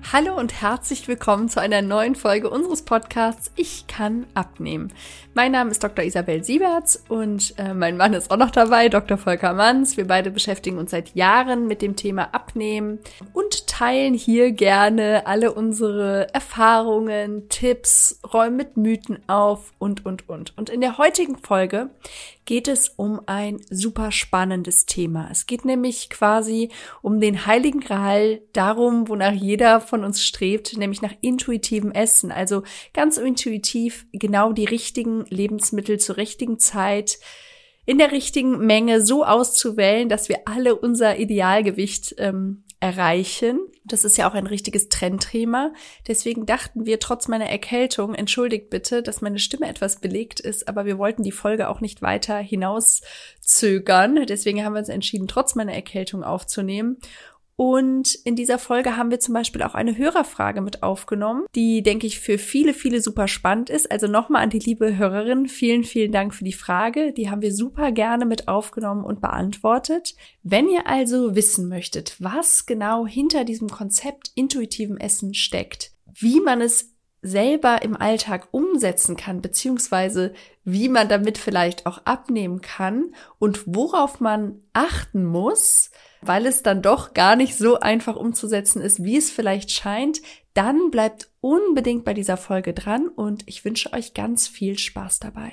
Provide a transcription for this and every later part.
Hallo und herzlich willkommen zu einer neuen Folge unseres Podcasts Ich kann abnehmen. Mein Name ist Dr. Isabel Sieberts und mein Mann ist auch noch dabei, Dr. Volker Manns. Wir beide beschäftigen uns seit Jahren mit dem Thema Abnehmen und teilen hier gerne alle unsere Erfahrungen, Tipps, räumen mit Mythen auf und. Und in der heutigen Folge geht es um ein super spannendes Thema. Es geht nämlich quasi um den Heiligen Gral, darum, wonach jeder von uns strebt, nämlich nach intuitivem Essen. Also ganz intuitiv genau die richtigen Lebensmittel zur richtigen Zeit, in der richtigen Menge so auszuwählen, dass wir alle unser Idealgewicht erreichen. Das ist ja auch ein richtiges Trendthema. Deswegen dachten wir, trotz meiner Erkältung, entschuldigt bitte, dass meine Stimme etwas belegt ist, aber wir wollten die Folge auch nicht weiter hinauszögern. Deswegen haben wir uns entschieden, trotz meiner Erkältung aufzunehmen. Und in dieser Folge haben wir zum Beispiel auch eine Hörerfrage mit aufgenommen, die, denke ich, für viele, viele super spannend ist. Also nochmal an die liebe Hörerin, vielen, vielen Dank für die Frage. Die haben wir super gerne mit aufgenommen und beantwortet. Wenn ihr also wissen möchtet, was genau hinter diesem Konzept intuitivem Essen steckt, wie man es selber im Alltag umsetzen kann, beziehungsweise wie man damit vielleicht auch abnehmen kann und worauf man achten muss, weil es dann doch gar nicht so einfach umzusetzen ist, wie es vielleicht scheint, dann bleibt unbedingt bei dieser Folge dran und ich wünsche euch ganz viel Spaß dabei.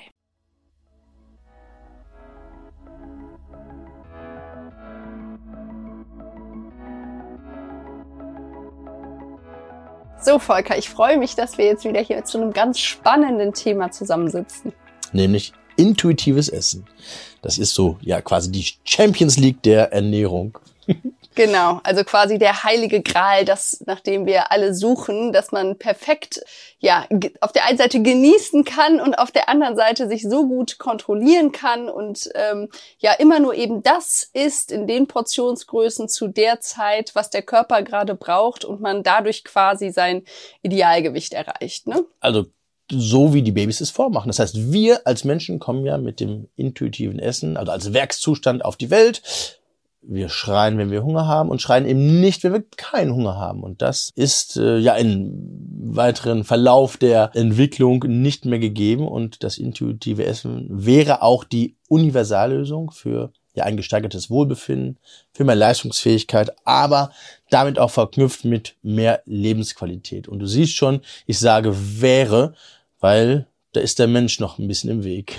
So, Volker, ich freue mich, dass wir jetzt wieder hier zu einem ganz spannenden Thema zusammensitzen. Nämlich intuitives Essen. Das ist so, ja, quasi die Champions League der Ernährung. Genau, also quasi der heilige Gral, das, nach dem wir alle suchen, dass man perfekt, ja, auf der einen Seite genießen kann und auf der anderen Seite sich so gut kontrollieren kann und ja immer nur eben das isst in den Portionsgrößen zu der Zeit, was der Körper gerade braucht und man dadurch quasi sein Idealgewicht erreicht, ne? Also so wie die Babys es vormachen. Das heißt, wir als Menschen kommen ja mit dem intuitiven Essen, also als Werkszustand auf die Welt. Wir schreien, wenn wir Hunger haben und schreien eben nicht, wenn wir keinen Hunger haben. Und das ist ja im weiteren Verlauf der Entwicklung nicht mehr gegeben. Und das intuitive Essen wäre auch die Universallösung für ja ein gesteigertes Wohlbefinden, für mehr Leistungsfähigkeit, aber damit auch verknüpft mit mehr Lebensqualität. Und du siehst schon, ich sage wäre, weil da ist der Mensch noch ein bisschen im Weg.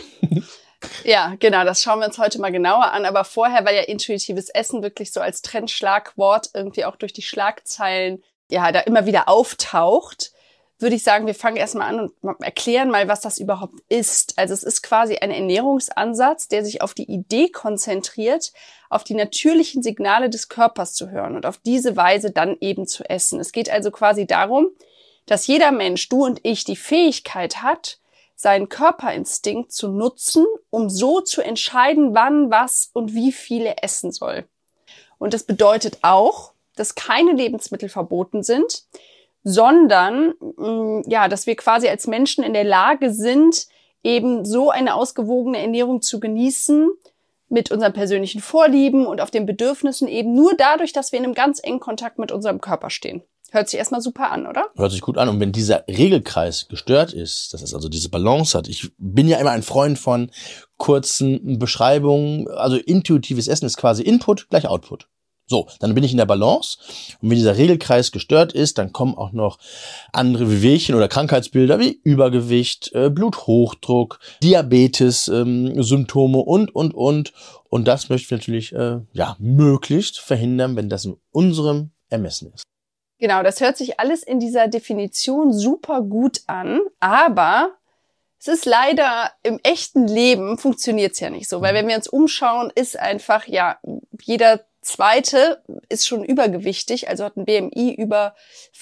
Ja, genau, das schauen wir uns heute mal genauer an. Aber vorher, weil ja intuitives Essen wirklich so als Trendschlagwort irgendwie auch durch die Schlagzeilen ja da immer wieder auftaucht, würde ich sagen, wir fangen erstmal an und erklären mal, was das überhaupt ist. Also es ist quasi ein Ernährungsansatz, der sich auf die Idee konzentriert, auf die natürlichen Signale des Körpers zu hören und auf diese Weise dann eben zu essen. Es geht also quasi darum, dass jeder Mensch, du und ich, die Fähigkeit hat, seinen Körperinstinkt zu nutzen, um so zu entscheiden, wann, was und wie viel er essen soll. Und das bedeutet auch, dass keine Lebensmittel verboten sind, sondern ja, dass wir quasi als Menschen in der Lage sind, eben so eine ausgewogene Ernährung zu genießen, mit unseren persönlichen Vorlieben und auf den Bedürfnissen eben nur dadurch, dass wir in einem ganz engen Kontakt mit unserem Körper stehen. Hört sich erstmal super an, oder? Hört sich gut an. Und wenn dieser Regelkreis gestört ist, dass es also diese Balance hat, ich bin ja immer ein Freund von kurzen Beschreibungen, also intuitives Essen ist quasi Input gleich Output. So, dann bin ich in der Balance und wenn dieser Regelkreis gestört ist, dann kommen auch noch andere Wehwehchen oder Krankheitsbilder wie Übergewicht, Bluthochdruck, Diabetes, Symptome und. Und das möchten wir natürlich ja möglichst verhindern, wenn das in unserem Ermessen ist. Genau, das hört sich alles in dieser Definition super gut an, aber es ist leider im echten Leben funktioniert es ja nicht so, weil wenn wir uns umschauen, ist einfach, ja, jeder Zweite ist schon übergewichtig, also hat ein BMI über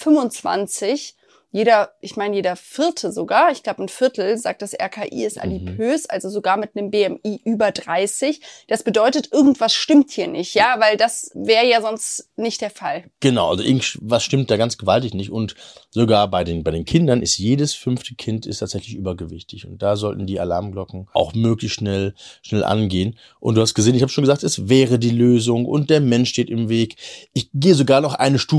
25. Jeder Vierte sogar, ich glaube ein Viertel, sagt das RKI, ist adipös, also sogar mit einem BMI über 30. Das bedeutet, irgendwas stimmt hier nicht, ja, weil das wäre ja sonst nicht der Fall. Genau, also irgendwas stimmt da ganz gewaltig nicht und sogar bei den Kindern ist jedes 5. Kind ist tatsächlich übergewichtig und da sollten die Alarmglocken auch möglichst schnell angehen. Und du hast gesehen, ich habe schon gesagt, es wäre die Lösung und der Mensch steht im Weg. Ich gehe sogar noch eine Stufe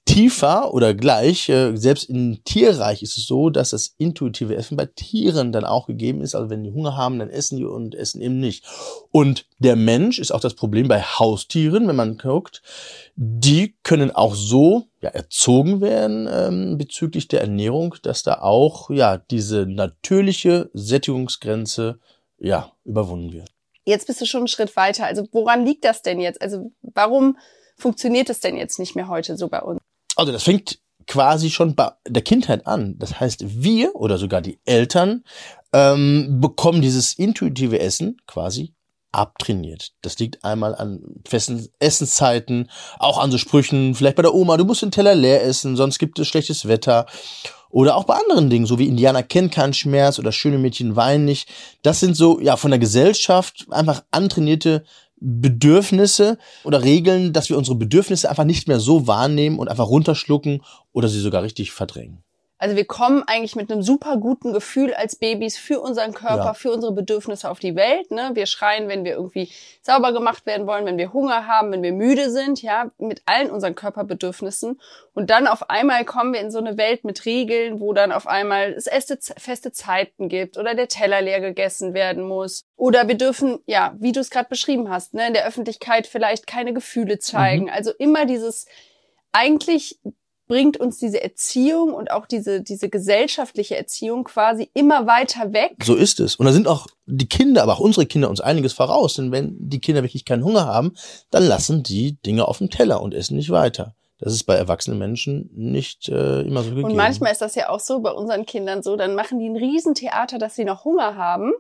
tiefer oder gleich, selbst im Tierreich ist es so, dass das intuitive Essen bei Tieren dann auch gegeben ist. Also wenn die Hunger haben, dann essen die und essen eben nicht. Und der Mensch ist auch das Problem bei Haustieren, wenn man guckt. Die können auch so erzogen werden bezüglich der Ernährung, dass da auch diese natürliche Sättigungsgrenze überwunden wird. Jetzt bist du schon einen Schritt weiter. Also woran liegt das denn jetzt? Also warum funktioniert es denn jetzt nicht mehr heute so bei uns? Also das fängt quasi schon bei der Kindheit an. Das heißt, wir oder sogar die Eltern bekommen dieses intuitive Essen quasi abtrainiert. Das liegt einmal an festen Essenszeiten, auch an so Sprüchen, vielleicht bei der Oma, du musst den Teller leer essen, sonst gibt es schlechtes Wetter. Oder auch bei anderen Dingen, so wie Indianer kennen keinen Schmerz oder schöne Mädchen weinen nicht. Das sind so von der Gesellschaft einfach antrainierte Bedürfnisse oder Regeln, dass wir unsere Bedürfnisse einfach nicht mehr so wahrnehmen und einfach runterschlucken oder sie sogar richtig verdrängen. Also wir kommen eigentlich mit einem super guten Gefühl als Babys für unseren Körper, für unsere Bedürfnisse auf die Welt. Ne? Wir schreien, wenn wir irgendwie sauber gemacht werden wollen, wenn wir Hunger haben, wenn wir müde sind, mit allen unseren Körperbedürfnissen. Und dann auf einmal kommen wir in so eine Welt mit Regeln, wo dann auf einmal es feste Zeiten gibt oder der Teller leer gegessen werden muss. Oder wir dürfen, wie du es gerade beschrieben hast, in der Öffentlichkeit vielleicht keine Gefühle zeigen. Also immer dieses eigentlich bringt uns diese Erziehung und auch diese gesellschaftliche Erziehung quasi immer weiter weg. So ist es. Und da sind auch die Kinder, aber auch unsere Kinder uns einiges voraus. Denn wenn die Kinder wirklich keinen Hunger haben, dann lassen die Dinge auf dem Teller und essen nicht weiter. Das ist bei erwachsenen Menschen nicht immer so gegeben. Und manchmal ist das ja auch so bei unseren Kindern so, dann machen die ein Riesentheater, dass sie noch Hunger haben.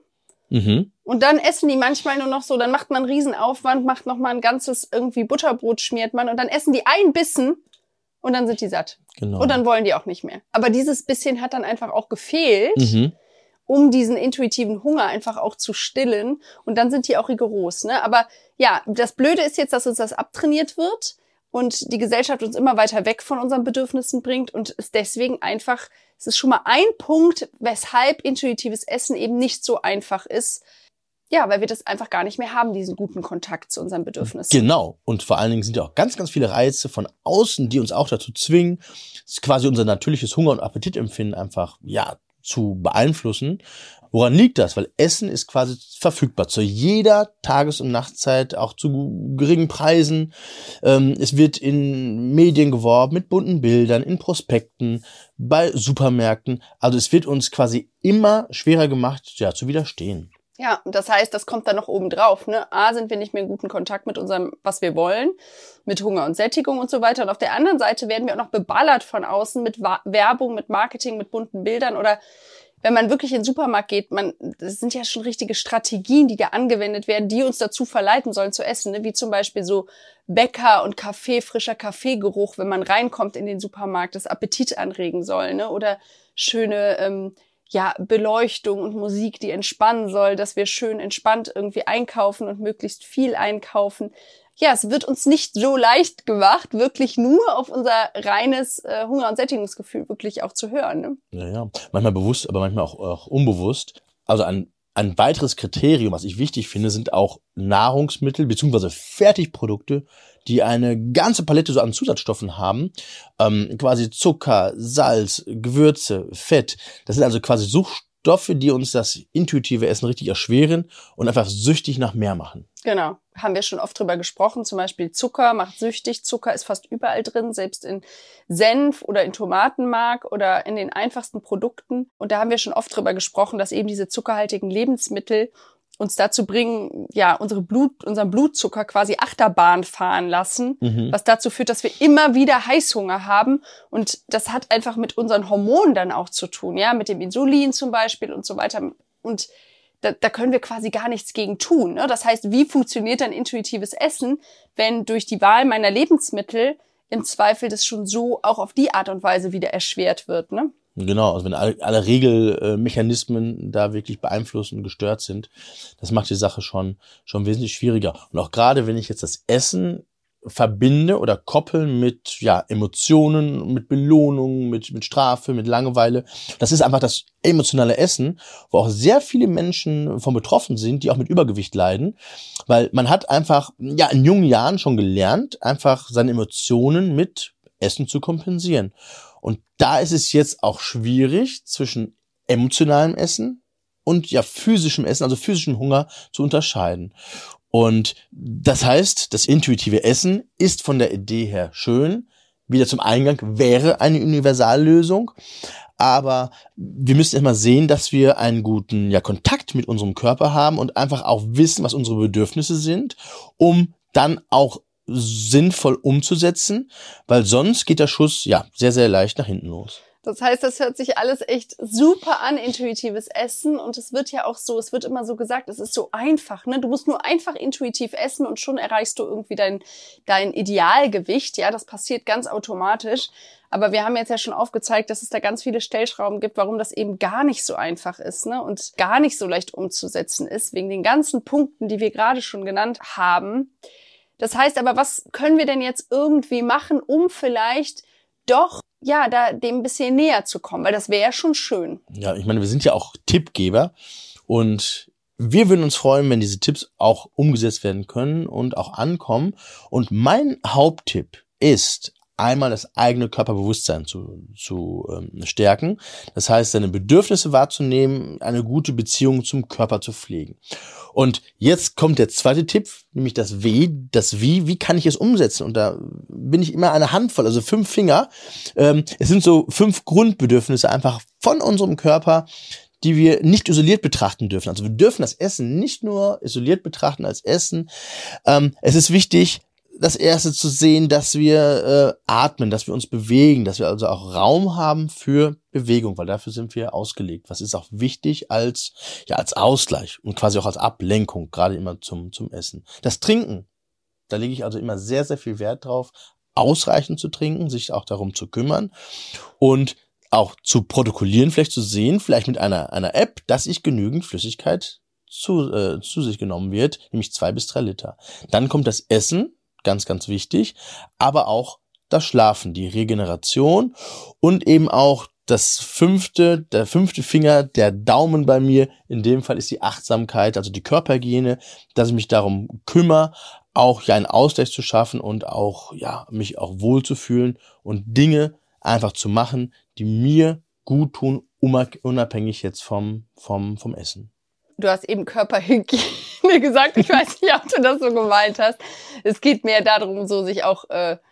Und dann essen die manchmal nur noch so, dann macht man einen Riesenaufwand, macht noch mal ein ganzes irgendwie Butterbrot, schmiert man und dann essen die einen Bissen. Und dann sind die satt. Genau. Und dann wollen die auch nicht mehr. Aber dieses bisschen hat dann einfach auch gefehlt, um diesen intuitiven Hunger einfach auch zu stillen. Und dann sind die auch rigoros. Ne? Aber das Blöde ist jetzt, dass uns das abtrainiert wird und die Gesellschaft uns immer weiter weg von unseren Bedürfnissen bringt und es deswegen einfach, es ist schon mal ein Punkt, weshalb intuitives Essen eben nicht so einfach ist. Ja, weil wir das einfach gar nicht mehr haben, diesen guten Kontakt zu unseren Bedürfnissen. Genau. Und vor allen Dingen sind ja auch ganz, ganz viele Reize von außen, die uns auch dazu zwingen, quasi unser natürliches Hunger- und Appetitempfinden einfach, zu beeinflussen. Woran liegt das? Weil Essen ist quasi verfügbar zu jeder Tages- und Nachtzeit, auch zu geringen Preisen. Es wird in Medien geworben, mit bunten Bildern, in Prospekten, bei Supermärkten. Also es wird uns quasi immer schwerer gemacht, zu widerstehen. Ja, und das heißt, das kommt dann noch oben drauf. Ne? A, sind wir nicht mehr in guten Kontakt mit unserem, was wir wollen, mit Hunger und Sättigung und so weiter. Und auf der anderen Seite werden wir auch noch beballert von außen mit Werbung, mit Marketing, mit bunten Bildern. Oder wenn man wirklich in den Supermarkt geht, das sind ja schon richtige Strategien, die da angewendet werden, die uns dazu verleiten sollen zu essen. Ne? Wie zum Beispiel so Bäcker und Kaffee, frischer Kaffeegeruch, wenn man reinkommt in den Supermarkt, das Appetit anregen soll. Ne? Oder schöne Beleuchtung und Musik, die entspannen soll, dass wir schön entspannt irgendwie einkaufen und möglichst viel einkaufen. Ja, es wird uns nicht so leicht gemacht, wirklich nur auf unser reines Hunger- und Sättigungsgefühl wirklich auch zu hören. Ne? Ja. Manchmal bewusst, aber manchmal auch unbewusst. Also ein weiteres Kriterium, was ich wichtig finde, sind auch Nahrungsmittel bzw. Fertigprodukte, die eine ganze Palette so an Zusatzstoffen haben. Quasi Zucker, Salz, Gewürze, Fett. Das sind also quasi Suchtstoffe, die uns das intuitive Essen richtig erschweren und einfach süchtig nach mehr machen. Genau, haben wir schon oft drüber gesprochen. Zum Beispiel Zucker macht süchtig. Zucker ist fast überall drin, selbst in Senf oder in Tomatenmark oder in den einfachsten Produkten. Und da haben wir schon oft drüber gesprochen, dass eben diese zuckerhaltigen Lebensmittel uns dazu bringen, unseren Blutzucker quasi Achterbahn fahren lassen, was dazu führt, dass wir immer wieder Heißhunger haben. Und das hat einfach mit unseren Hormonen dann auch zu tun, mit dem Insulin zum Beispiel und so weiter. Und da können wir quasi gar nichts gegen tun. Ne? Das heißt, wie funktioniert dann intuitives Essen, wenn durch die Wahl meiner Lebensmittel im Zweifel das schon so auch auf die Art und Weise wieder erschwert wird, ne? Genau, also wenn alle Regelmechanismen da wirklich beeinflusst und gestört sind, das macht die Sache schon wesentlich schwieriger. Und auch gerade, wenn ich jetzt das Essen verbinde oder koppel mit Emotionen, mit Belohnung, mit Strafe, mit Langeweile. Das ist einfach das emotionale Essen, wo auch sehr viele Menschen von betroffen sind, die auch mit Übergewicht leiden, weil man hat einfach in jungen Jahren schon gelernt, einfach seine Emotionen mit Essen zu kompensieren. Und da ist es jetzt auch schwierig, zwischen emotionalem Essen und ja physischem Essen, also physischem Hunger zu unterscheiden. Und das heißt, das intuitive Essen ist von der Idee her schön. Wieder zum Eingang wäre eine Universallösung. Aber wir müssen immer sehen, dass wir einen guten Kontakt mit unserem Körper haben und einfach auch wissen, was unsere Bedürfnisse sind, um dann auch sinnvoll umzusetzen, weil sonst geht der Schuss sehr, sehr leicht nach hinten los. Das heißt, das hört sich alles echt super an, intuitives Essen. Und es wird ja auch so, es wird immer so gesagt, es ist so einfach, ne? Du musst nur einfach intuitiv essen und schon erreichst du irgendwie dein Idealgewicht. Ja, das passiert ganz automatisch. Aber wir haben jetzt ja schon aufgezeigt, dass es da ganz viele Stellschrauben gibt, warum das eben gar nicht so einfach ist, ne? Und gar nicht so leicht umzusetzen ist, wegen den ganzen Punkten, die wir gerade schon genannt haben. Das heißt aber, was können wir denn jetzt irgendwie machen, um vielleicht doch da dem ein bisschen näher zu kommen, weil das wäre ja schon schön. Ja, ich meine, wir sind ja auch Tippgeber und wir würden uns freuen, wenn diese Tipps auch umgesetzt werden können und auch ankommen. Und mein Haupttipp ist, einmal das eigene Körperbewusstsein zu stärken. Das heißt, seine Bedürfnisse wahrzunehmen, eine gute Beziehung zum Körper zu pflegen. Und jetzt kommt der zweite Tipp, nämlich das Wie. Wie kann ich es umsetzen? Und da bin ich immer eine Handvoll, also 5 Finger. Es sind so 5 Grundbedürfnisse einfach von unserem Körper, die wir nicht isoliert betrachten dürfen. Also wir dürfen das Essen nicht nur isoliert betrachten als Essen. Es ist wichtig, das erste zu sehen, dass wir atmen, dass wir uns bewegen, dass wir also auch Raum haben für Bewegung, weil dafür sind wir ausgelegt. Was ist auch wichtig als Ausgleich und quasi auch als Ablenkung, gerade immer zum Essen. Das Trinken, da lege ich also immer sehr, sehr viel Wert drauf, ausreichend zu trinken, sich auch darum zu kümmern und auch zu protokollieren, vielleicht zu sehen, vielleicht mit einer App, dass ich genügend Flüssigkeit zu sich genommen wird, nämlich 2 bis 3 Liter. Dann kommt das Essen, ganz, ganz wichtig, aber auch das Schlafen, die Regeneration und eben auch der 5. Finger, der Daumen bei mir, in dem Fall ist die Achtsamkeit, also die Körperhygiene, dass ich mich darum kümmere, auch einen Ausgleich zu schaffen und auch mich auch wohlzufühlen und Dinge einfach zu machen, die mir gut tun, unabhängig jetzt vom Essen. Du hast eben Körperhygiene gesagt. Ich weiß nicht, ob du das so gemeint hast. Es geht mehr darum, so sich auch,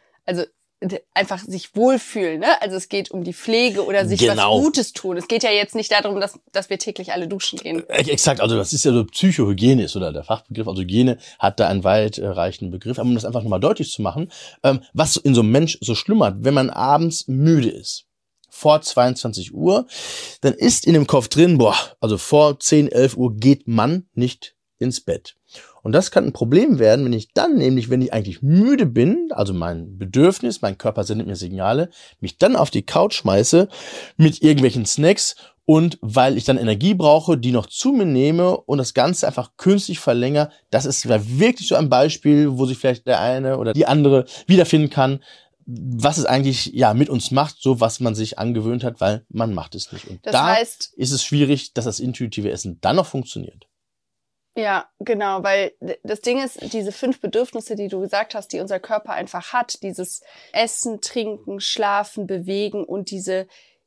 einfach sich wohlfühlen, ne? Also es geht um die Pflege oder sich was Gutes tun. Es geht ja jetzt nicht darum, dass wir täglich alle duschen gehen. Exakt, also das ist ja so Psychohygiene ist oder der Fachbegriff. Also Hygiene hat da einen weitreichenden Begriff. Aber um das einfach nochmal deutlich zu machen, was in so einem Mensch so schlummert, wenn man abends müde ist, vor 22 Uhr, dann ist in dem Kopf drin, also vor 10, 11 Uhr geht man nicht ins Bett. Und das kann ein Problem werden, wenn ich eigentlich müde bin, also mein Bedürfnis, mein Körper sendet mir Signale, mich dann auf die Couch schmeiße mit irgendwelchen Snacks und weil ich dann Energie brauche, die noch zu mir nehme und das Ganze einfach künstlich verlängere. Das ist wirklich so ein Beispiel, wo sich vielleicht der eine oder die andere wiederfinden kann, was es eigentlich mit uns macht, so was man sich angewöhnt hat, weil man macht es nicht. Und da ist es schwierig, dass das intuitive Essen dann noch funktioniert. Ja, genau, weil das Ding ist, diese 5 Bedürfnisse, die du gesagt hast, die unser Körper einfach hat, dieses Essen, Trinken, Schlafen, Bewegen und diese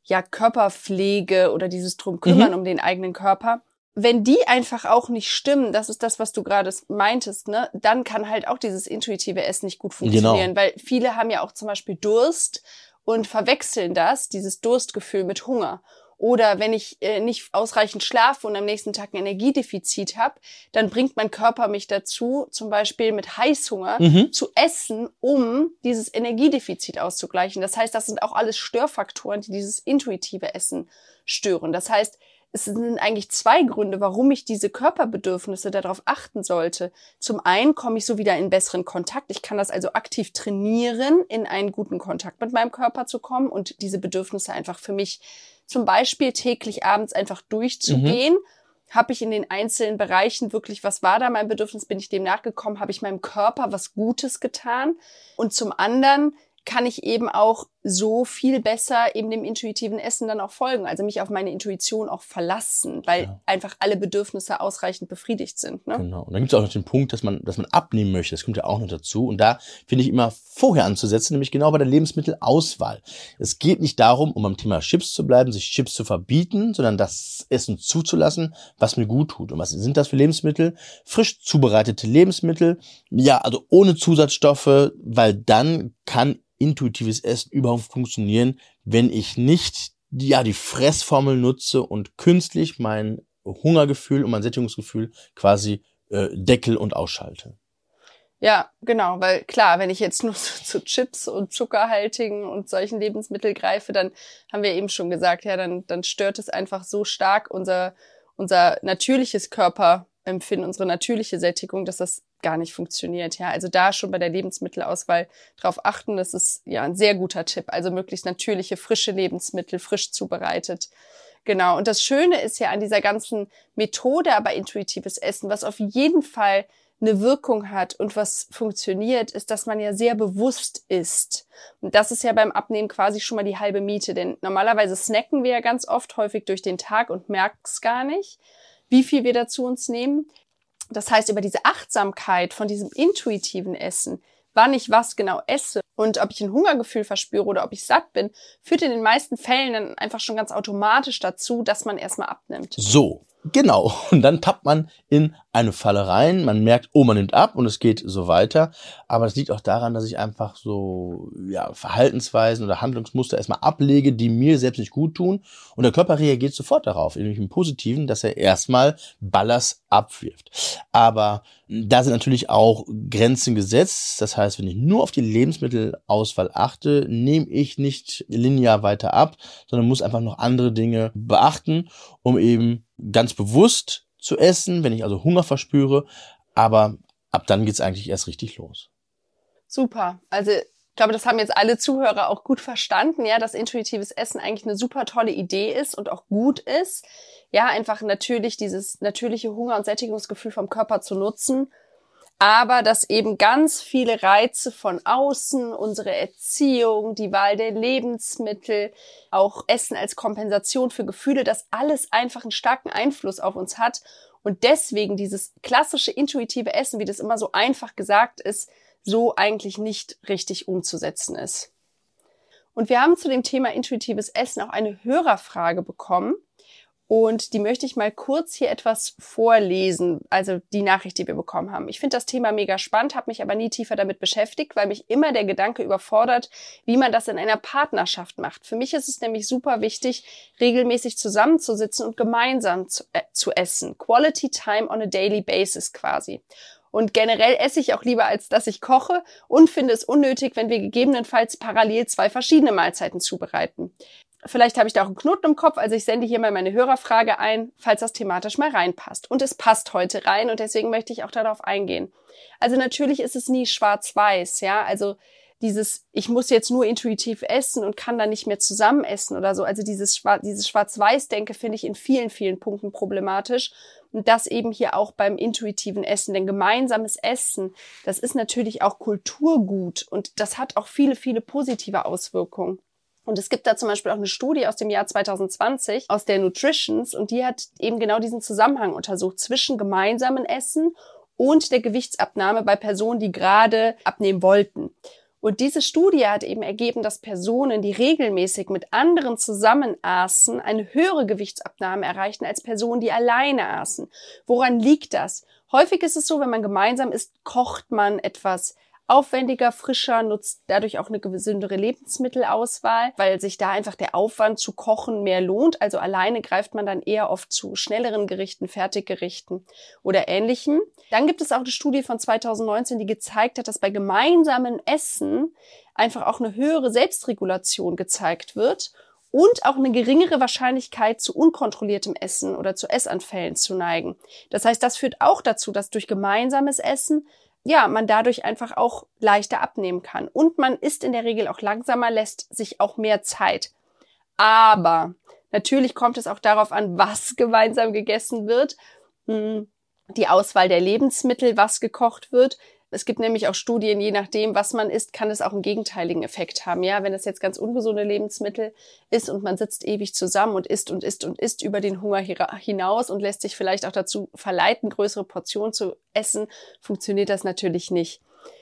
Körperpflege oder dieses drum kümmern um den eigenen Körper. Wenn die einfach auch nicht stimmen, das ist das, was du gerade meintest, ne, dann kann halt auch dieses intuitive Essen nicht gut funktionieren, weil viele haben ja auch zum Beispiel Durst und verwechseln dieses Durstgefühl mit Hunger. Oder wenn ich nicht ausreichend schlafe und am nächsten Tag ein Energiedefizit habe, dann bringt mein Körper mich dazu, zum Beispiel mit Heißhunger zu essen, um dieses Energiedefizit auszugleichen. Das heißt, das sind auch alles Störfaktoren, die dieses intuitive Essen stören. Das heißt, es sind eigentlich 2 Gründe, warum ich diese Körperbedürfnisse darauf achten sollte. Zum einen komme ich so wieder in besseren Kontakt. Ich kann das also aktiv trainieren, in einen guten Kontakt mit meinem Körper zu kommen und diese Bedürfnisse einfach für mich zum Beispiel täglich abends einfach durchzugehen. Habe ich in den einzelnen Bereichen wirklich, was war da mein Bedürfnis, bin ich dem nachgekommen, habe ich meinem Körper was Gutes getan? Und zum anderen kann ich eben auch so viel besser eben dem intuitiven Essen dann auch folgen, also mich auf meine Intuition auch verlassen, weil einfach alle Bedürfnisse ausreichend befriedigt sind. Ne? Genau. Und dann gibt es auch noch den Punkt, dass man abnehmen möchte. Das kommt ja auch noch dazu. Und da finde ich immer vorher anzusetzen, nämlich genau bei der Lebensmittelauswahl. Es geht nicht darum, um beim Thema Chips zu bleiben, sich Chips zu verbieten, sondern das Essen zuzulassen, was mir gut tut. Und was sind das für Lebensmittel? Frisch zubereitete Lebensmittel, ja, also ohne Zusatzstoffe, weil dann kann intuitives Essen überhaupt funktionieren, wenn ich nicht die Fressformel nutze und künstlich mein Hungergefühl und mein Sättigungsgefühl quasi deckel und ausschalte. Ja, genau, weil klar, wenn ich jetzt nur zu Chips und zuckerhaltigen und solchen Lebensmitteln greife, dann haben wir eben schon gesagt, ja, dann stört es einfach so stark unser natürliches Körperempfinden, unsere natürliche Sättigung, dass das gar nicht funktioniert. Ja, also da schon bei der Lebensmittelauswahl drauf achten, das ist ja ein sehr guter Tipp. Also möglichst natürliche, frische Lebensmittel, frisch zubereitet. Genau. Und das Schöne ist ja an dieser ganzen Methode, aber intuitives Essen, was auf jeden Fall eine Wirkung hat und was funktioniert, ist, dass man ja sehr bewusst isst. Und das ist ja beim Abnehmen quasi schon mal die halbe Miete, denn normalerweise snacken wir ja ganz oft, häufig durch den Tag und merken es gar nicht, wie viel wir da zu uns nehmen. Das heißt, über diese Achtsamkeit von diesem intuitiven Essen, wann ich was genau esse und ob ich ein Hungergefühl verspüre oder ob ich satt bin, führt in den meisten Fällen dann einfach schon ganz automatisch dazu, dass man erstmal abnimmt. So, genau. Und dann tappt man in eine Falle rein. Man merkt, oh, man nimmt ab und es geht so weiter. Aber das liegt auch daran, dass ich einfach so Verhaltensweisen oder Handlungsmuster erstmal ablege, die mir selbst nicht gut tun. Und der Körper reagiert sofort darauf, nämlich im Positiven, dass er erstmal Ballast abwirft. Aber da sind natürlich auch Grenzen gesetzt. Das heißt, wenn ich nur auf die Lebensmittelauswahl achte, nehme ich nicht linear weiter ab, sondern muss einfach noch andere Dinge beachten, um eben ganz bewusst zu essen, wenn ich also Hunger verspüre. Aber ab dann geht's eigentlich erst richtig los. Super. Also ich glaube, das haben jetzt alle Zuhörer auch gut verstanden, ja, dass intuitives Essen eigentlich eine super tolle Idee ist und auch gut ist. Ja, einfach natürlich dieses natürliche Hunger- und Sättigungsgefühl vom Körper zu nutzen. Aber dass eben ganz viele Reize von außen, unsere Erziehung, die Wahl der Lebensmittel, auch Essen als Kompensation für Gefühle, dass alles einfach einen starken Einfluss auf uns hat. Und deswegen dieses klassische intuitive Essen, wie das immer so einfach gesagt ist, so eigentlich nicht richtig umzusetzen ist. Und wir haben zu dem Thema intuitives Essen auch eine Hörerfrage bekommen. Und die möchte ich mal kurz hier etwas vorlesen, also die Nachricht, die wir bekommen haben. Ich finde das Thema mega spannend, habe mich aber nie tiefer damit beschäftigt, weil mich immer der Gedanke überfordert, wie man das in einer Partnerschaft macht. Für mich ist es nämlich super wichtig, regelmäßig zusammenzusitzen und gemeinsam zu essen. Quality time on a daily basis quasi. Und generell esse ich auch lieber, als dass ich koche und finde es unnötig, wenn wir gegebenenfalls parallel 2 verschiedene Mahlzeiten zubereiten. Vielleicht habe ich da auch einen Knoten im Kopf, also ich sende hier mal meine Hörerfrage ein, falls das thematisch mal reinpasst. Und es passt heute rein und deswegen möchte ich auch darauf eingehen. Also natürlich ist es nie schwarz-weiß, ja, also ich muss jetzt nur intuitiv essen und kann dann nicht mehr zusammen essen oder so. Also dieses Schwarz-Weiß-Denke finde ich in vielen, vielen Punkten problematisch. Und das eben hier auch beim intuitiven Essen. Denn gemeinsames Essen, das ist natürlich auch Kulturgut und das hat auch viele, viele positive Auswirkungen. Und es gibt da zum Beispiel auch eine Studie aus dem Jahr 2020 aus der Nutritions und die hat eben genau diesen Zusammenhang untersucht zwischen gemeinsamen Essen und der Gewichtsabnahme bei Personen, die gerade abnehmen wollten. Und diese Studie hat eben ergeben, dass Personen, die regelmäßig mit anderen zusammen aßen, eine höhere Gewichtsabnahme erreichten als Personen, die alleine aßen. Woran liegt das? Häufig ist es so, wenn man gemeinsam isst, kocht man etwas aufwendiger, frischer, nutzt dadurch auch eine gesündere Lebensmittelauswahl, weil sich da einfach der Aufwand zu kochen mehr lohnt. Also alleine greift man dann eher oft zu schnelleren Gerichten, Fertiggerichten oder Ähnlichem. Dann gibt es auch eine Studie von 2019, die gezeigt hat, dass bei gemeinsamem Essen einfach auch eine höhere Selbstregulation gezeigt wird und auch eine geringere Wahrscheinlichkeit zu unkontrolliertem Essen oder zu Essanfällen zu neigen. Das heißt, das führt auch dazu, dass durch gemeinsames Essen man dadurch einfach auch leichter abnehmen kann. Und man isst in der Regel auch langsamer, lässt sich auch mehr Zeit. Aber natürlich kommt es auch darauf an, was gemeinsam gegessen wird, die Auswahl der Lebensmittel, was gekocht wird, Es gibt nämlich auch Studien, je nachdem, was man isst, kann es auch einen gegenteiligen Effekt haben. Ja, wenn es jetzt ganz ungesunde Lebensmittel ist und man sitzt ewig zusammen und isst und isst und isst über den Hunger hinaus und lässt sich vielleicht auch dazu verleiten, größere Portionen zu essen, funktioniert das natürlich nicht.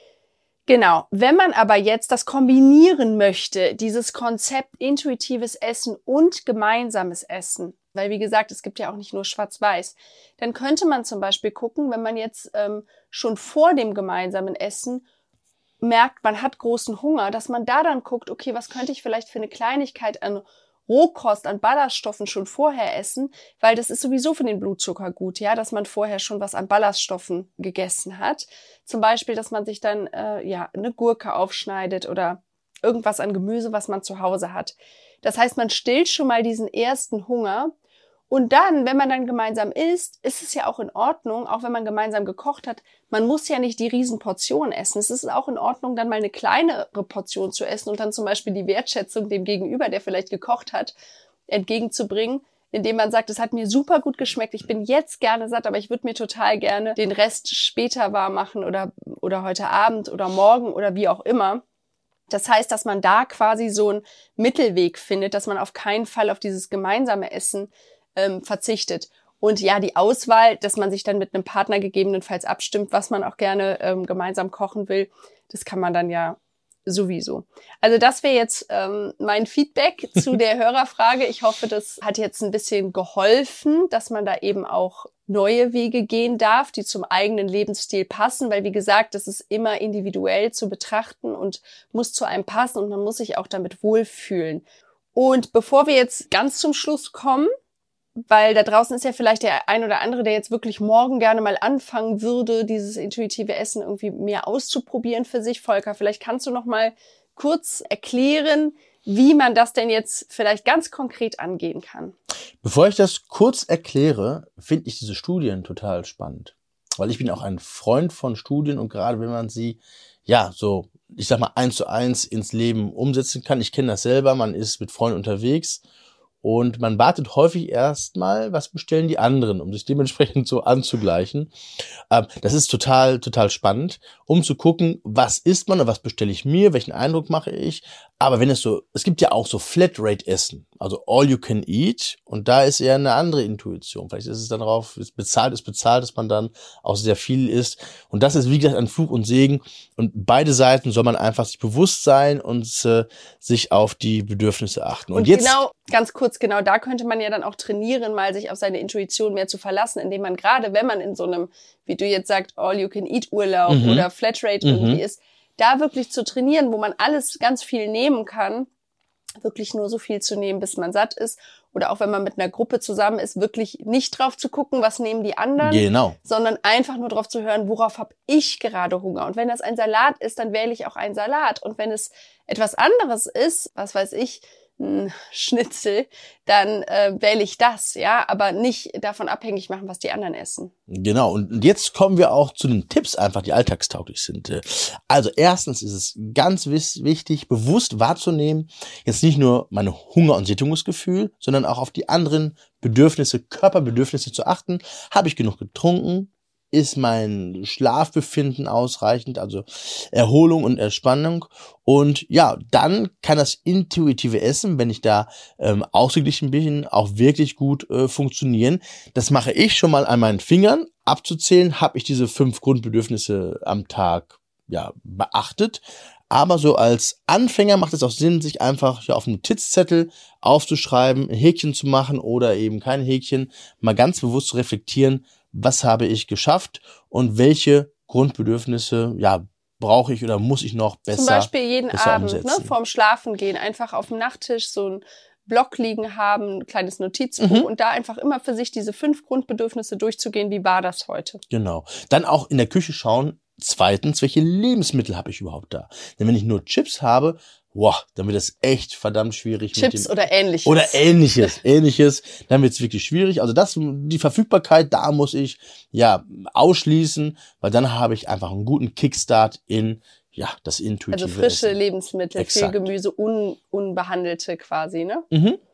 Genau. Wenn man aber jetzt das kombinieren möchte, dieses Konzept intuitives Essen und gemeinsames Essen, weil wie gesagt, es gibt ja auch nicht nur Schwarz-Weiß, dann könnte man zum Beispiel gucken, wenn man jetzt schon vor dem gemeinsamen Essen merkt, man hat großen Hunger, dass man da dann guckt, okay, was könnte ich vielleicht für eine Kleinigkeit an Rohkost, an Ballaststoffen schon vorher essen, weil das ist sowieso für den Blutzucker gut, ja, dass man vorher schon was an Ballaststoffen gegessen hat. Zum Beispiel, dass man sich dann eine Gurke aufschneidet oder irgendwas an Gemüse, was man zu Hause hat. Das heißt, man stillt schon mal diesen ersten Hunger. Und dann, wenn man dann gemeinsam isst, ist es ja auch in Ordnung, auch wenn man gemeinsam gekocht hat, man muss ja nicht die Riesenportion essen. Es ist auch in Ordnung, dann mal eine kleinere Portion zu essen und dann zum Beispiel die Wertschätzung dem Gegenüber, der vielleicht gekocht hat, entgegenzubringen, indem man sagt, es hat mir super gut geschmeckt, ich bin jetzt gerne satt, aber ich würde mir total gerne den Rest später warm machen oder heute Abend oder morgen oder wie auch immer. Das heißt, dass man da quasi so einen Mittelweg findet, dass man auf keinen Fall auf dieses gemeinsame Essen verzichtet. Und ja, die Auswahl, dass man sich dann mit einem Partner gegebenenfalls abstimmt, was man auch gerne gemeinsam kochen will, das kann man dann ja sowieso. Also das wäre jetzt mein Feedback zu der Hörerfrage. Ich hoffe, das hat jetzt ein bisschen geholfen, dass man da eben auch neue Wege gehen darf, die zum eigenen Lebensstil passen, weil wie gesagt, das ist immer individuell zu betrachten und muss zu einem passen und man muss sich auch damit wohlfühlen. Und bevor wir jetzt ganz zum Schluss kommen, weil da draußen ist ja vielleicht der ein oder andere, der jetzt wirklich morgen gerne mal anfangen würde, dieses intuitive Essen irgendwie mehr auszuprobieren für sich. Volker, vielleicht kannst du noch mal kurz erklären, wie man das denn jetzt vielleicht ganz konkret angehen kann. Bevor ich das kurz erkläre, finde ich diese Studien total spannend. Weil ich bin auch ein Freund von Studien und gerade wenn man sie, ja, so, ich sag mal, 1:1 ins Leben umsetzen kann. Ich kenne das selber, man ist mit Freunden unterwegs. Und man wartet häufig erstmal, was bestellen die anderen, um sich dementsprechend so anzugleichen. Das ist total, total spannend, um zu gucken, was isst man und was bestelle ich mir, welchen Eindruck mache ich. Aber wenn es gibt ja auch so Flatrate-Essen, also all you can eat. Und da ist eher eine andere Intuition. Vielleicht ist es dann darauf, ist bezahlt, dass man dann auch sehr viel isst. Und das ist, wie gesagt, ein Fluch und Segen. Und beide Seiten soll man einfach sich bewusst sein und sich auf die Bedürfnisse achten. Und jetzt genau, ganz kurz, genau da könnte man ja dann auch trainieren, mal sich auf seine Intuition mehr zu verlassen, indem man gerade, wenn man in so einem, wie du jetzt sagst, All-You-Can-Eat-Urlaub oder Flatrate irgendwie ist, da wirklich zu trainieren, wo man alles ganz viel nehmen kann, wirklich nur so viel zu nehmen, bis man satt ist. Oder auch wenn man mit einer Gruppe zusammen ist, wirklich nicht drauf zu gucken, was nehmen die anderen, genau, sondern einfach nur drauf zu hören, worauf habe ich gerade Hunger. Und wenn das ein Salat ist, dann wähle ich auch einen Salat. Und wenn es etwas anderes ist, was weiß ich, ein Schnitzel, dann wähle ich das, ja, aber nicht davon abhängig machen, was die anderen essen. Genau, und jetzt kommen wir auch zu den Tipps einfach, die alltagstauglich sind. Also erstens ist es ganz wichtig, bewusst wahrzunehmen, jetzt nicht nur meine Hunger- und Sättigungsgefühl, sondern auch auf die anderen Bedürfnisse, Körperbedürfnisse zu achten. Habe ich genug getrunken? Ist mein Schlafbefinden ausreichend, also Erholung und Entspannung. Und ja, dann kann das intuitive Essen, wenn ich da ausgeglichen bin, auch wirklich gut funktionieren. Das mache ich schon mal an meinen Fingern. Abzuzählen, habe ich diese 5 Grundbedürfnisse am Tag beachtet. Aber so als Anfänger macht es auch Sinn, sich einfach auf einen Notizzettel aufzuschreiben, ein Häkchen zu machen oder eben kein Häkchen, mal ganz bewusst zu reflektieren, was habe ich geschafft und welche Grundbedürfnisse brauche ich oder muss ich noch besser umsetzen. Zum Beispiel jeden Abend, umsetzen. Vorm Schlafengehen, einfach auf dem Nachttisch so ein Block liegen haben, ein kleines Notizbuch und da einfach immer für sich diese 5 Grundbedürfnisse durchzugehen. Wie war das heute? Genau. Dann auch in der Küche schauen. Zweitens, welche Lebensmittel habe ich überhaupt da? Denn wenn ich nur Chips habe, dann wird es echt verdammt schwierig. Chips oder Ähnliches. Oder Ähnliches. Dann wird es wirklich schwierig. Also die Verfügbarkeit, da muss ich ausschließen, weil dann habe ich einfach einen guten Kickstart in das intuitive Also frische Essen. Lebensmittel, Exakt. viel Gemüse, unbehandelte quasi, ne?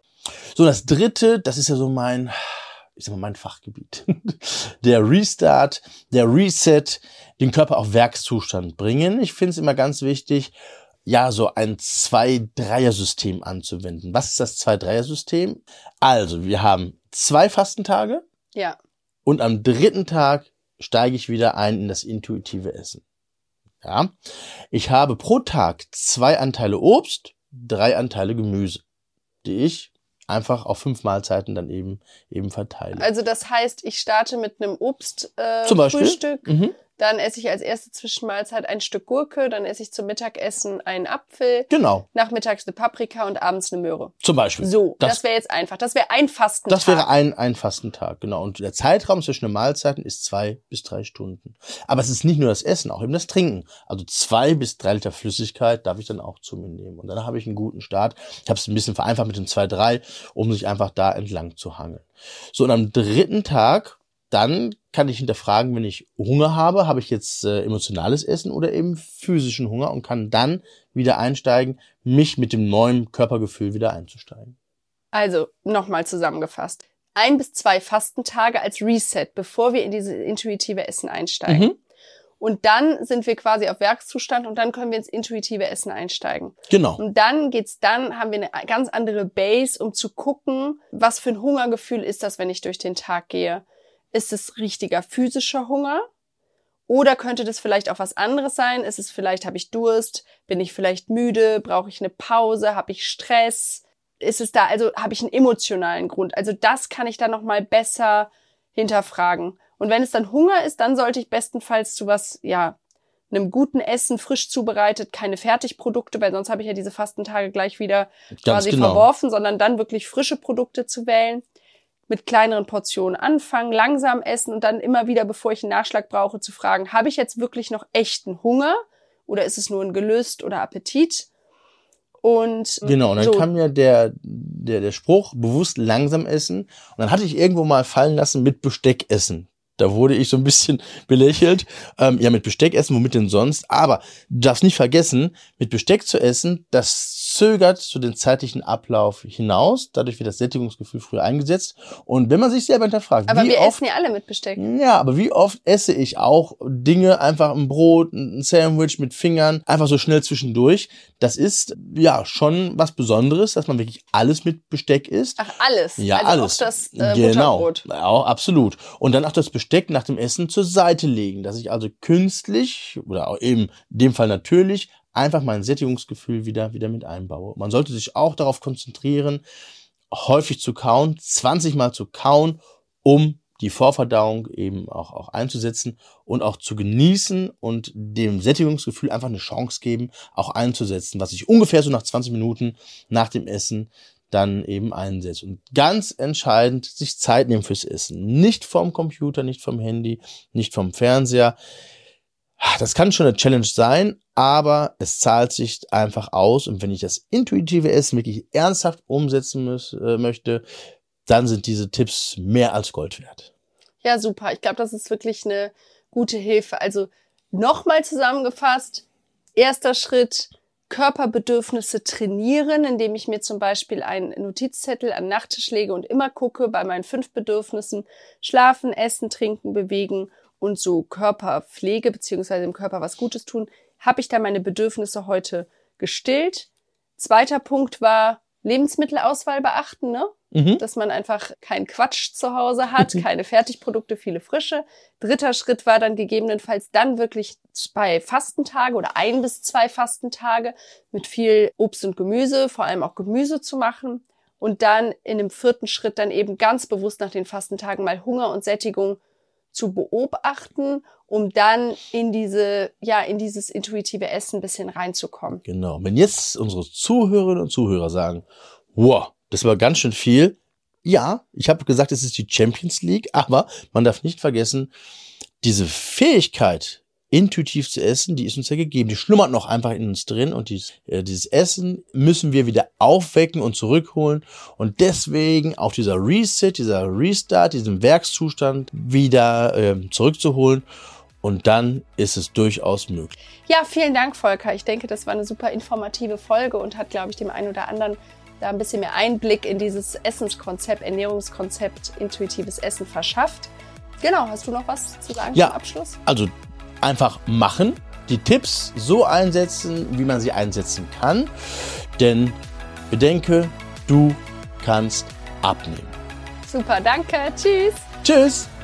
So, das Dritte, das ist ja so mein Fachgebiet. Der Restart, der Reset. den Körper auf Werkszustand bringen. Ich finde es immer ganz wichtig, ja, so ein 2-3er-System anzuwenden. Was ist das 2-3er-System? Also, wir haben 2 Fastentage. Ja. Und am 3. Tag steige ich wieder ein in das intuitive Essen. Ja. Ich habe pro Tag 2 Anteile Obst, 3 Anteile Gemüse, die ich einfach auf 5 Mahlzeiten dann eben verteile. Also das heißt, ich starte mit einem Frühstück. Dann esse ich als erste Zwischenmahlzeit ein Stück Gurke, dann esse ich zum Mittagessen einen Apfel, Genau. nachmittags eine Paprika und abends eine Möhre. Zum Beispiel. So, das wäre jetzt einfach. Das wäre ein Fastentag. Das wäre ein Fastentag, genau. Und der Zeitraum zwischen den Mahlzeiten ist 2 bis 3 Stunden. Aber es ist nicht nur das Essen, auch eben das Trinken. Also 2 bis 3 Liter Flüssigkeit darf ich dann auch zu mir nehmen. Und dann habe ich einen guten Start. Ich habe es ein bisschen vereinfacht mit dem 2-3, um sich einfach da entlang zu hangeln. So, und am 3. Tag, dann kann ich hinterfragen, wenn ich Hunger habe ich jetzt emotionales Essen oder eben physischen Hunger und kann dann wieder einsteigen, mich mit dem neuen Körpergefühl wieder einzusteigen. Also, nochmal zusammengefasst. 1 bis 2 Fastentage als Reset, bevor wir in dieses intuitive Essen einsteigen. Und dann sind wir quasi auf Werkszustand und dann können wir ins intuitive Essen einsteigen. Genau. Und dann haben wir eine ganz andere Base, um zu gucken, was für ein Hungergefühl ist das, wenn ich durch den Tag gehe. Ist es richtiger physischer Hunger? Oder könnte das vielleicht auch was anderes sein? Ist es vielleicht, habe ich Durst? Bin ich vielleicht müde? Brauche ich eine Pause? Habe ich Stress? Ist es da, also habe ich einen emotionalen Grund? Also das kann ich dann nochmal besser hinterfragen. Und wenn es dann Hunger ist, dann sollte ich bestenfalls zu was, ja, einem guten Essen, frisch zubereitet, keine Fertigprodukte, weil sonst habe ich ja diese Fastentage gleich wieder quasi verworfen, sondern dann wirklich frische Produkte zu wählen. Mit kleineren Portionen anfangen, langsam essen und dann immer wieder, bevor ich einen Nachschlag brauche, zu fragen, habe ich jetzt wirklich noch echten Hunger oder ist es nur ein Gelüst oder Appetit? Und genau, und dann kam ja der Spruch, bewusst langsam essen. Und dann hatte ich irgendwo mal fallen lassen, mit Besteck essen. Da wurde ich so ein bisschen belächelt. Ja, mit Besteck essen, womit denn sonst? Aber du darfst nicht vergessen, mit Besteck zu essen, das zögert zu den zeitlichen Ablauf hinaus. Dadurch wird das Sättigungsgefühl früher eingesetzt. Und wenn man sich selber hinterfragt, aber wir essen ja alle mit Besteck. Ja, aber wie oft esse ich auch Dinge, einfach ein Brot, ein Sandwich mit Fingern, einfach so schnell zwischendurch. Das ist ja schon was Besonderes, dass man wirklich alles mit Besteck isst. Ach, alles? Ja, also alles. Auch das genau. Butterbrot? Auch absolut. Und dann auch das Besteck nach dem Essen zur Seite legen, dass ich also künstlich oder auch eben in dem Fall natürlich einfach mein Sättigungsgefühl wieder mit einbaue. Man sollte sich auch darauf konzentrieren, häufig zu kauen, 20 Mal zu kauen, um die Vorverdauung eben auch einzusetzen und auch zu genießen und dem Sättigungsgefühl einfach eine Chance geben, auch einzusetzen, was sich ungefähr so nach 20 Minuten nach dem Essen dann eben einsetzt. Und ganz entscheidend, sich Zeit nehmen fürs Essen. Nicht vom Computer, nicht vom Handy, nicht vom Fernseher. Das kann schon eine Challenge sein, aber es zahlt sich einfach aus. Und wenn ich das intuitive Essen wirklich ernsthaft umsetzen möchte, dann sind diese Tipps mehr als Gold wert. Ja, super. Ich glaube, das ist wirklich eine gute Hilfe. Also nochmal zusammengefasst, erster Schritt, Körperbedürfnisse trainieren, indem ich mir zum Beispiel einen Notizzettel an den Nachttisch lege und immer gucke bei meinen 5 Bedürfnissen: Schlafen, Essen, Trinken, Bewegen und so Körperpflege beziehungsweise dem Körper was Gutes tun. Habe ich da meine Bedürfnisse heute gestillt? Zweiter Punkt war Lebensmittelauswahl beachten, ne? Dass man einfach keinen Quatsch zu Hause hat, keine Fertigprodukte, viele frische. Dritter Schritt war dann gegebenenfalls dann wirklich bei Fastentage oder 1 bis 2 Fastentage mit viel Obst und Gemüse, vor allem auch Gemüse zu machen. Und dann in einem 4. Schritt dann eben ganz bewusst nach den Fastentagen mal Hunger und Sättigung zu beobachten, um dann in dieses intuitive Essen ein bisschen reinzukommen. Genau. Wenn jetzt unsere Zuhörerinnen und Zuhörer sagen, wow, das war ganz schön viel. Ja, ich habe gesagt, es ist die Champions League, aber man darf nicht vergessen, diese Fähigkeit, intuitiv zu essen, die ist uns ja gegeben. Die schlummert noch einfach in uns drin und dieses Essen müssen wir wieder aufwecken und zurückholen und deswegen auch dieser Reset, dieser Restart, diesen Werkszustand wieder zurückzuholen. Und dann ist es durchaus möglich. Ja, vielen Dank, Volker. Ich denke, das war eine super informative Folge und hat, glaube ich, dem einen oder anderen da ein bisschen mehr Einblick in dieses Essenskonzept, Ernährungskonzept, intuitives Essen verschafft. Genau, hast du noch was zu sagen zum Abschluss? Also einfach machen, die Tipps so einsetzen, wie man sie einsetzen kann. Denn bedenke, du kannst abnehmen. Super, danke. Tschüss. Tschüss.